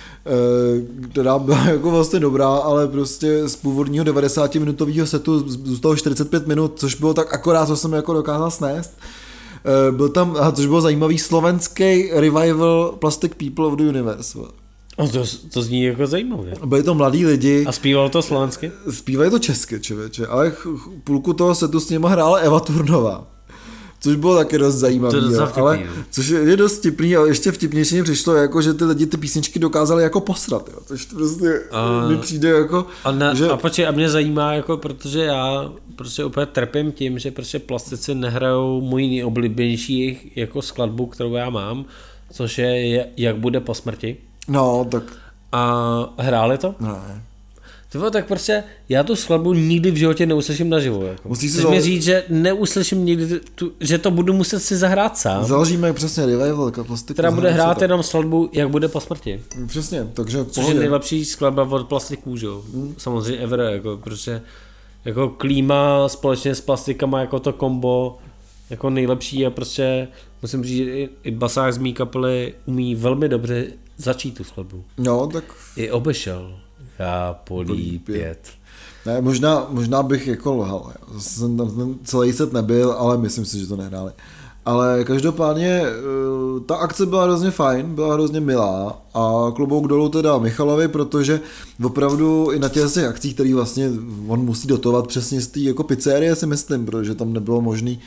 která byla jako vlastně dobrá, ale prostě z původního devadesátiminutového setu zůstalo čtyřicet pět minut, což bylo tak akorát, co jsem jako dokázal snést. Byl tam, což bylo zajímavý, slovenský revival Plastic People of the Universe. No to, to zní jako zajímavé. Byli to mladí lidi. A zpívalo to slovensky? Zpívají to česky, člověče, ale půlku toho setu s nima hrála Eva Turnová. Což bylo taky dost zajímavé, ale což je dost vtipný, ale ještě vtipnější mi přišlo, jako, že ty lidi ty písničky dokázali jako posrat, jo. Což prostě a, mi přijde jako... A, na, že... a počkej, a mě zajímá, jako, protože já prostě úplně trpím tím, že prostě plastici nehrajou můj nejoblíbenější jako skladbu, kterou já mám, což je Jak bude po smrti. No, tak... A hráli to? Ne. Tyvo, tak prostě já tu skladbu nikdy v životě neuslyším naživo. Jako. Musíš si mi říct, že neuslyším nikdy, tu, že to budu muset si zahrát sám. Založíme přesně revival, která bude hrát jenom skladbu Jak bude po smrti. Přesně, takže což pohodě. Je nejlepší skladba od Plastiků, že jo. Hmm. Samozřejmě ever, jako, protože jako Klíma společně s Plastikama jako to kombo jako nejlepší a prostě musím říct, že i, i basák z mý kapely umí velmi dobře začít tu skladbu. No, tak... I obešel. Já polí pět. Ne, možná, možná bych jako lhal. Jsem tam celý set nebyl, ale myslím si, že to nehráli. Ale každopádně ta akce byla hrozně fajn, byla hrozně milá a klobouk dolů teda Michalovi, protože opravdu i na těch akcích, který vlastně on musí dotovat přesně z té jako pizzerie, si myslím, protože tam nebylo možný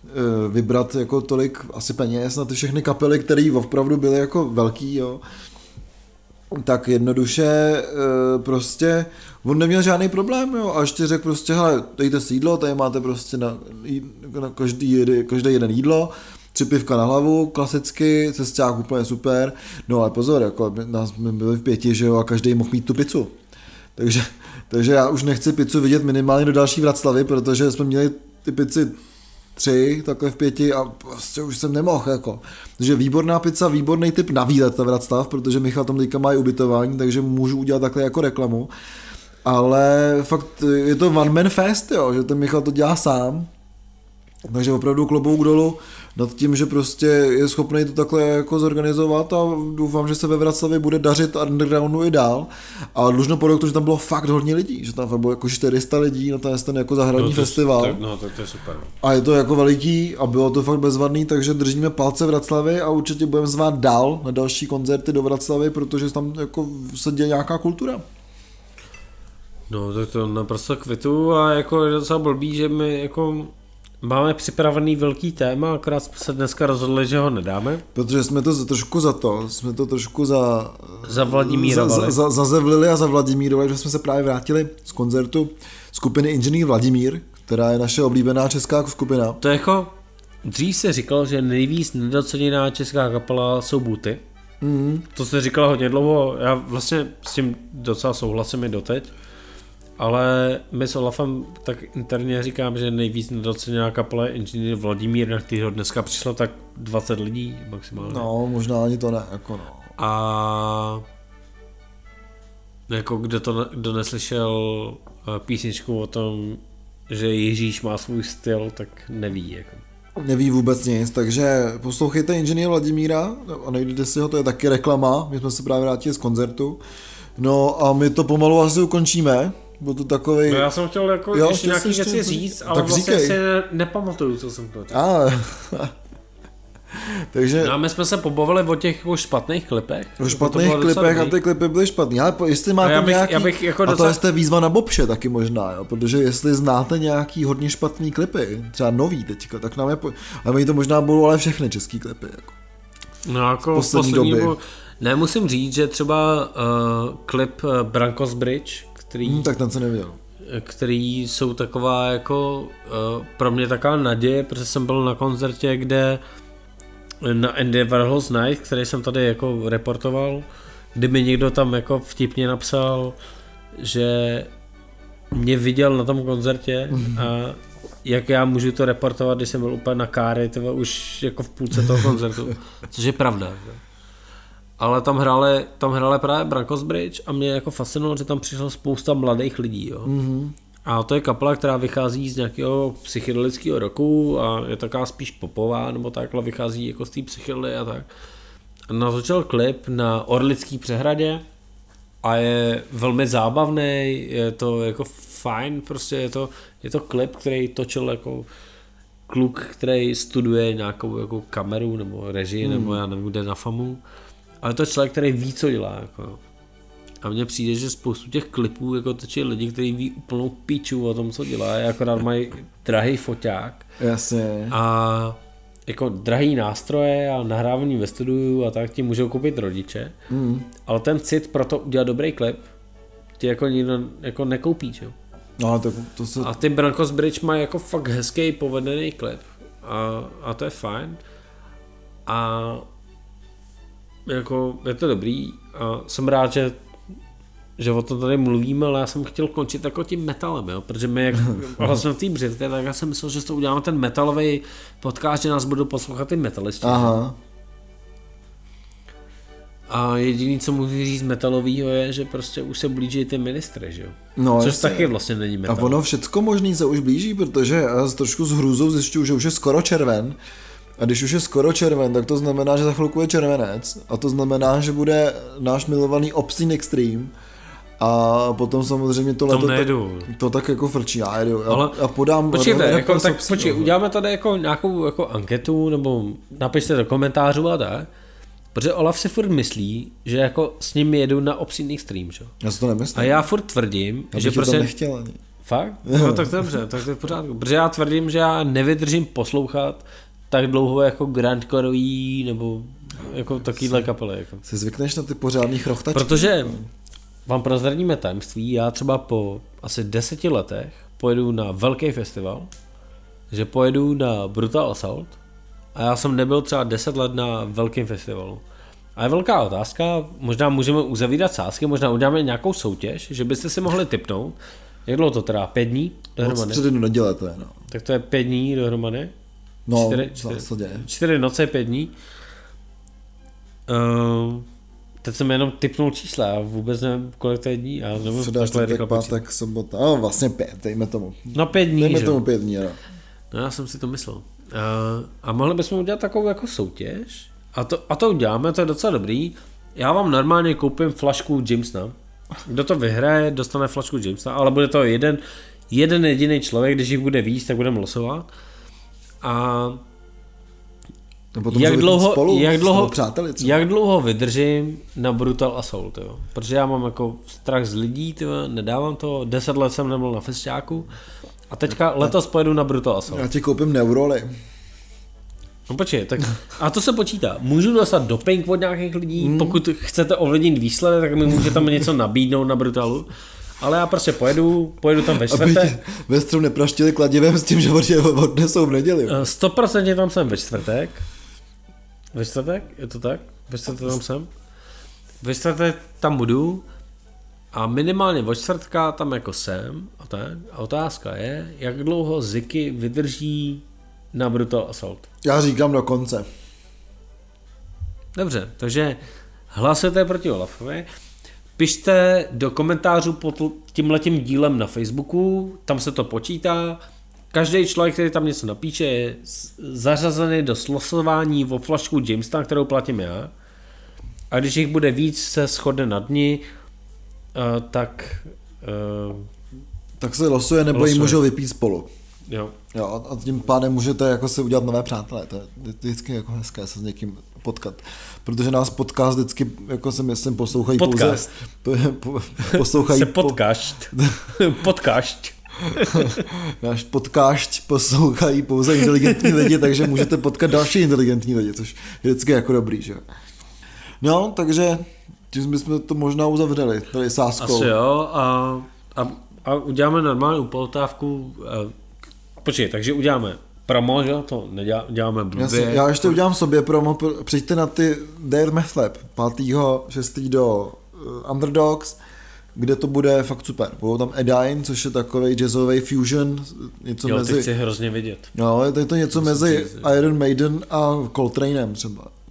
vybrat jako tolik asi peněz na ty všechny kapely, které opravdu byly jako velký, jo. Tak jednoduše prostě on neměl žádný problém, jo, a ještě řekl prostě, hele, dejte si jídlo, tady máte prostě na, na každý, každý jeden jídlo, tři pivka na hlavu, klasicky, cesták úplně super, no ale pozor, jako nás byli v pěti, že jo, a každý mohl mít tu pizzu, takže, takže já už nechci pizzu vidět minimálně do další Vraclavy, protože jsme měli ty pizzy tři, takhle v pěti a prostě už jsem nemohl, jako. Takže výborná pizza, výborný typ na výlet ta Vraclav, protože Michal tam teďka má i ubytování, takže můžu udělat takhle jako reklamu, ale fakt je to one man fest, jo, že ten Michal to dělá sám, takže opravdu klobouk dolů nad tím, že prostě je schopný to takhle jako zorganizovat a doufám, že se ve Vraclavě bude dařit undergroundu i dál. A dlužno podotknout, že tam bylo fakt hodně lidí, že tam bylo jako čtyři sta lidí na ten, ten jako zahradní no to, festival. To, no to, to je super. A je to jako veliký a bylo to fakt bezvadný, takže držíme palce Vraclavy a určitě budeme zvát dál na další koncerty do Vraclavy, protože tam jako se děje nějaká kultura. No to, to naprosto kvitu a jako je docela blbý, že my jako máme připravený velký téma, akorát jsme se dneska rozhodli, že ho nedáme. Protože jsme to trošku za to, jsme to trošku za... Za Vladimírovali. Za, za, zazevlili a za Vladimírovali, že jsme se právě vrátili z koncertu skupiny Inženýr Vladimír, která je naše oblíbená česká skupina. To je jako, dřív se říkalo, že nejvíc nedoceněná česká kapela jsou Buty. Mm. To se říkalo hodně dlouho, já vlastně s tím docela souhlasím i doteď. Ale my s Olafem tak interně říkám, že nejvíc nedoceněná kapela je Inženýr Vladimír, na kterého dneska přišlo tak dvacet lidí maximálně. No, možná ani to ne, jako no. A jako kdo to kdo neslyšel písničku o tom, že Ježíš má svůj styl, tak neví. Jako. Neví vůbec nic, takže poslouchejte Inženýra Vladimíra a najdete si ho, to je taky reklama, my jsme se právě vrátili z koncertu. No a my to pomalu asi ukončíme. Byl to takovej... No já jsem chtěl jako jo, ještě nějaký věci ještě... říct, ale tak vlastně si ne, nepamatuju, co jsem chtěl. A, takže... No a my jsme se pobavili o těch jako špatných klipech. O špatných klipech a ty klipy byly špatný. Ale jestli máte já bych, nějaký... Já bych jako a docela... to je výzva na Bobše taky možná, jo? Protože jestli znáte nějaký hodně špatný klipy, třeba nový teďka, tak nám je... Po... A oni to možná budou ale všechny český klipy. Jako. No jako poslední, poslední doby. Dobu... Ne, musím říct, že třeba uh, klip Brankos Bridge, který, hmm, tak ten se nevěděl. Který jsou taková jako uh, pro mě taková naděje, protože jsem byl na koncertě, kde na Andy Warhol's Night, který jsem tady jako reportoval, kdy mi někdo tam jako vtipně napsal, že mě viděl na tom koncertě a jak já můžu to reportovat, když jsem byl úplně na káry, tyhle, už jako v půlce toho koncertu, což je pravda. Ale tam hráli, tam hráli právě Brankos Bridge a mě jako fascinovalo, že tam přišlo spousta mladých lidí. Jo. Mm-hmm. A to je kapela, která vychází z nějakého psychedelického roku a je taková spíš popová, nebo takhle vychází jako z té psychedely a tak. A natočil klip na Orlický přehradě a je velmi zábavný, je to jako fajn, prostě je to, je to klip, který točil jako kluk, který studuje nějakou jako kameru nebo režii, mm. nebo já nevím, kde na famu. Ale to je člověk, který ví, co dělá. Jako. A mně přijde, že spoustu těch klipů jako točí lidi, kteří ví úplnou píču o tom, co dělá, akorát mají drahý foťák. Jasně. A jako drahý nástroje a nahrávání ve studiu a tak ti můžou koupit rodiče. Mm. Ale ten cit pro to udělat dobrý klip ti jako nikdo jako nekoupí, jo. No, to, to se... A ty Brankos Bridge mají jako fakt hezký povedený klip. A, a to je fajn. A jako je to dobrý a jsem rád, že, že o tom tady mluvíme, ale já jsem chtěl končit jako tím metalem, jo? Protože my jak vlastně v té břitvě, tak já jsem myslel, že to uděláme ten metalový podcast, že nás budou poslouchat ty metalisti. Aha. A jediný, co můžu říct metalovýho je, že prostě už se blíží ty ministry, že jo? No, což jasně. taky vlastně není metal. A ono všecko možný se už blíží, protože já trošku s hrůzou zjišťuju, že už je skoro červen. A když už je skoro červen, tak to znamená, že za chvilku je červenec. A to znamená, že bude náš milovaný Obscene Extreme. A potom samozřejmě to leto tak, to tak jako frčí. Já jedu. Ale a podám... Počkejte, jako, tak počkej, uděláme tady jako nějakou jako anketu, nebo napište do komentářů a tak. Protože Olaf si furt myslí, že jako s ním jedu na Obscene Extreme, že? Já si to nemyslím. A já furt tvrdím, já že prostě... nechtěl ani. Fakt? No tak to je dobře, tak to je v pořádku. Protože já tvrdím, že já nevydržím poslouchat tak dlouho jako grindcoreový nebo jako takovýhle kapely. Jako. Si zvykneš na ty pořádný chrochtačky? Protože vám prozradíme tajemství, já třeba po asi deseti letech pojedu na velký festival, že pojedu na Brutal Assault a já jsem nebyl třeba deset let na velkým festivalu. A je velká otázka, možná můžeme uzavírat sázky, možná uděláme nějakou soutěž, že byste si mohli tipnout. Jak dlouho to teda? Pět dní dohromady? Od středy do neděle to je, no. Tak to je pět dní dohromady? No, čtyři, v zásadě. Čtyři noce, pět dní. Uh, teď jsem jenom tipnul čísla, já vůbec nevím, kolik to je dní. Já nevím, Středa, čtvrtek, pátek, sobota, no vlastně pět, dejme tomu. No pět dní, Dejme že? tomu pět dní, no. No já jsem si to myslel. Uh, a mohli bychom udělat takovou jako soutěž? A to, a to uděláme, to je docela dobrý. Já vám normálně koupím flašku Jamesona. Kdo to vyhraje, dostane flašku Jamesona, ale bude to jeden, jeden jediný člověk, když jich bude víc, tak budeme losovat. A jak dlouho, spolu, jak, dlouho, přáteli, jak dlouho vydržím na Brutal Assault, jo? Protože já mám jako strach z lidí, tyjo, nedávám to, deset let jsem nebyl na festiáku a teďka letos pojedu na Brutal Assault. Já ti koupím neuroly. No počkej, tak a to se počítá. Můžu dostat doping od nějakých lidí, mm. pokud chcete ovlivnit výsledek, tak mi můžete tam něco nabídnout na Brutalu. Ale já prostě pojedu, pojedu tam ve čtvrtek. Ve středu nepraštili kladivem s tím, že odnesou v neděli. sto procent tam jsem ve čtvrtek. Ve čtvrtek? Je to tak? Ve čtvrtek tam jsem. Ve čtvrtek tam budu a minimálně od čtvrtka tam jako jsem a tak. A otázka je, jak dlouho Ziky vydrží na Brutal Assault. Já říkám do konce. Dobře, takže hlasujete proti Olafovi. Pište do komentářů pod tímhletím dílem na Facebooku, tam se to počítá. Každý člověk, který tam něco napíše, je zařazený do slosování o flašku Jamesona, kterou platím já. A když jich bude víc, se shodne na dni, uh, tak... Uh, tak se losuje, nebo losuje. Ji můžou vypít spolu. Jo. Jo, a tím pádem můžete jako si udělat nové přátelé, to je vždycky jako hezké se s někým potkat, protože nás podcast vždycky, jako si myslím, poslouchají podcast. pouze... Po, poslouchají... Se podcast. Po, podcast. Náš podcast poslouchají pouze inteligentní lidi, takže můžete potkat další inteligentní lidi, což je vždycky jako dobrý, že jo. No, takže tím bychom to možná uzavřeli, tady sázkou. Asi jo, a, a, a uděláme normální upoutávku. Počkej, takže uděláme promo, že? To neděláme blbě. Já, já ještě udělám sobě promo, přijďte na ty Dare Math Lab pátého šestého do uh, Underdogs, kde to bude fakt super. Budou tam Edine, což je takovej jazzový fusion, něco jo, mezi... Jo, ty chci hrozně vidět. No, je to něco mezi Iron Maiden a Coltraneem třeba. No.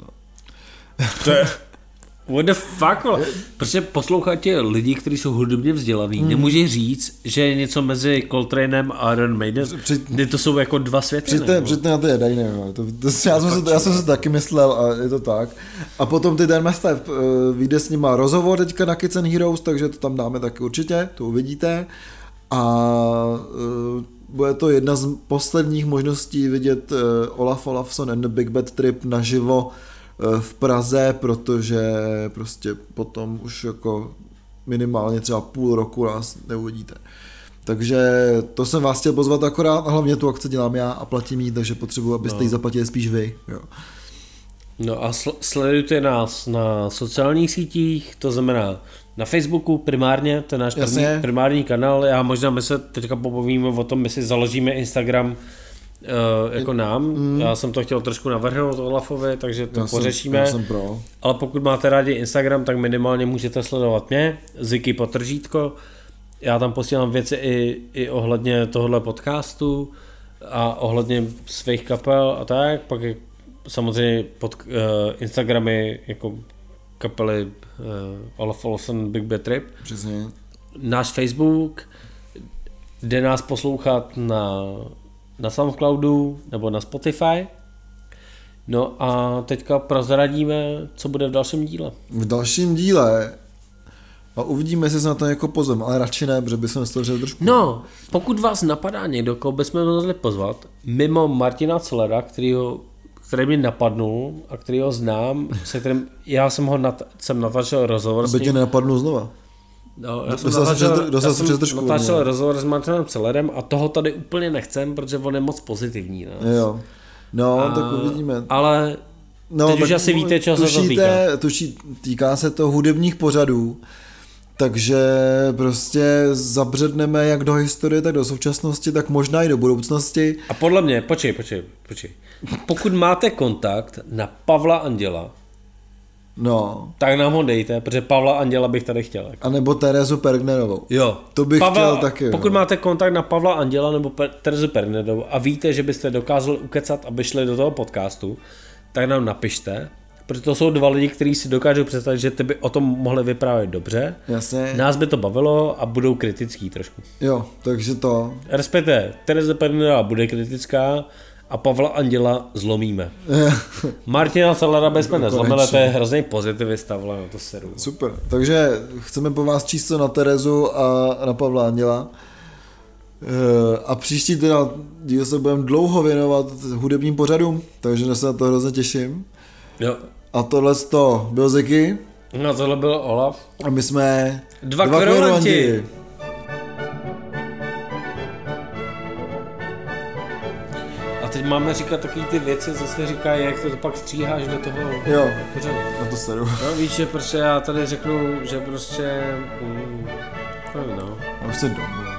To je... What the fuck? Prostě posloucháte lidi, kteří jsou hudebně vzdělaný, hmm. nemůže říct, že je něco mezi Coltraneem a Iron Maiden, kdy to jsou jako dva světy. Přijďte na ty Edine, no. to, to, já, jsem se, já jsem se taky myslel a je to tak. A potom ty Dan Mastep, uh, vyjde s nima rozhovor teďka na Kids and Heroes, takže to tam dáme taky určitě, to uvidíte. A uh, bude to jedna z posledních možností vidět uh, Olaf Olafson and the Big Bad Trip naživo v Praze, protože prostě potom už jako minimálně třeba půl roku nás neuvidíte. Takže to jsem vás chtěl pozvat akorát a hlavně tu akci dělám já a platím jí, takže potřebuji, abyste no. ji zaplatili spíš vy. Jo. No a sl- sledujte nás na sociálních sítích, to znamená na Facebooku primárně, to je náš první, primární kanál. Já možná my se teďka popovíme o tom, my si založíme Instagram Uh, jako nám, mm. já jsem to chtěl trošku navrhnout Olafovi, takže to já pořešíme, jsem, já jsem pro. Ale pokud máte rádi Instagram, tak minimálně můžete sledovat mě, Ziky Potržítko, já tam posílám věci i, i ohledně tohohle podcastu a ohledně svých kapel a tak, pak je samozřejmě pod uh, Instagramy jako kapely uh, Olaf Olsen Big Bad Trip. Přesně. Náš Facebook, jde nás poslouchat na na SoundCloudu nebo na Spotify. No a teďka prozradíme, co bude v dalším díle. V dalším díle a uvidíme, jestli se na to jako pozvem, ale radši ne, protože bychom stvořili trošku. No, pokud vás napadá někdo, koho bychom mohli pozvat, mimo Martina Celera, kterýho, který mě napadnul a kterýho znám, se kterým já jsem ho nat, jsem natáčel rozhovor Aby tě nenapadnul znova. No, já jsem dostal se přes, natáčel, dostal já se přes jsem držku. natáčel rozhovor s Martinem Cellerem a toho tady úplně nechcem, protože on je moc pozitivní. No, jo. No a, tak uvidíme. Ale no, teď už asi víte, čeho se to týká. Tuší, týká se to hudebních pořadů, takže prostě zabředneme jak do historie, tak do současnosti, tak možná i do budoucnosti. A podle mě, počkej, počkej, počkej. Pokud máte kontakt na Pavla Anděla, no. tak nám ho dejte, protože Pavla Anděla bych tady chtěl. A nebo Terezu Pergnerovou. Jo. To bych Pavla, chtěl taky. Pokud no. máte kontakt na Pavla Anděla nebo Pe- Terezu Pergnerovou a víte, že byste dokázali ukecat, aby šli do toho podcastu, tak nám napište, protože to jsou dva lidi, kteří si dokážou představit, že ty by o tom mohli vyprávět dobře. Jasně. Nás by to bavilo a budou kritický trošku. Jo, takže to. Respektive, Tereza Pergnerová bude kritická a Pavla Anděla zlomíme. Martina Cellera bychom nezlomili, to je hrozný pozitivista, vole, no to seru. Super, takže chceme po vás číslo na Terezu a na Pavla Anděla. A příští teda díl se budeme dlouho věnovat hudebním pořadům, takže se na to hrozně těším. Jo. A tohle to byl Ziky. No tohle byl Olaf. A my jsme Dva, dva kverulanti. A teď máme říkat takový ty věci, co se říká, jak to pak stříháš do toho jo, pořadu. Na to seru. No víš, že prostě já tady řeknu, že prostě... Mm, no. Já už se domů.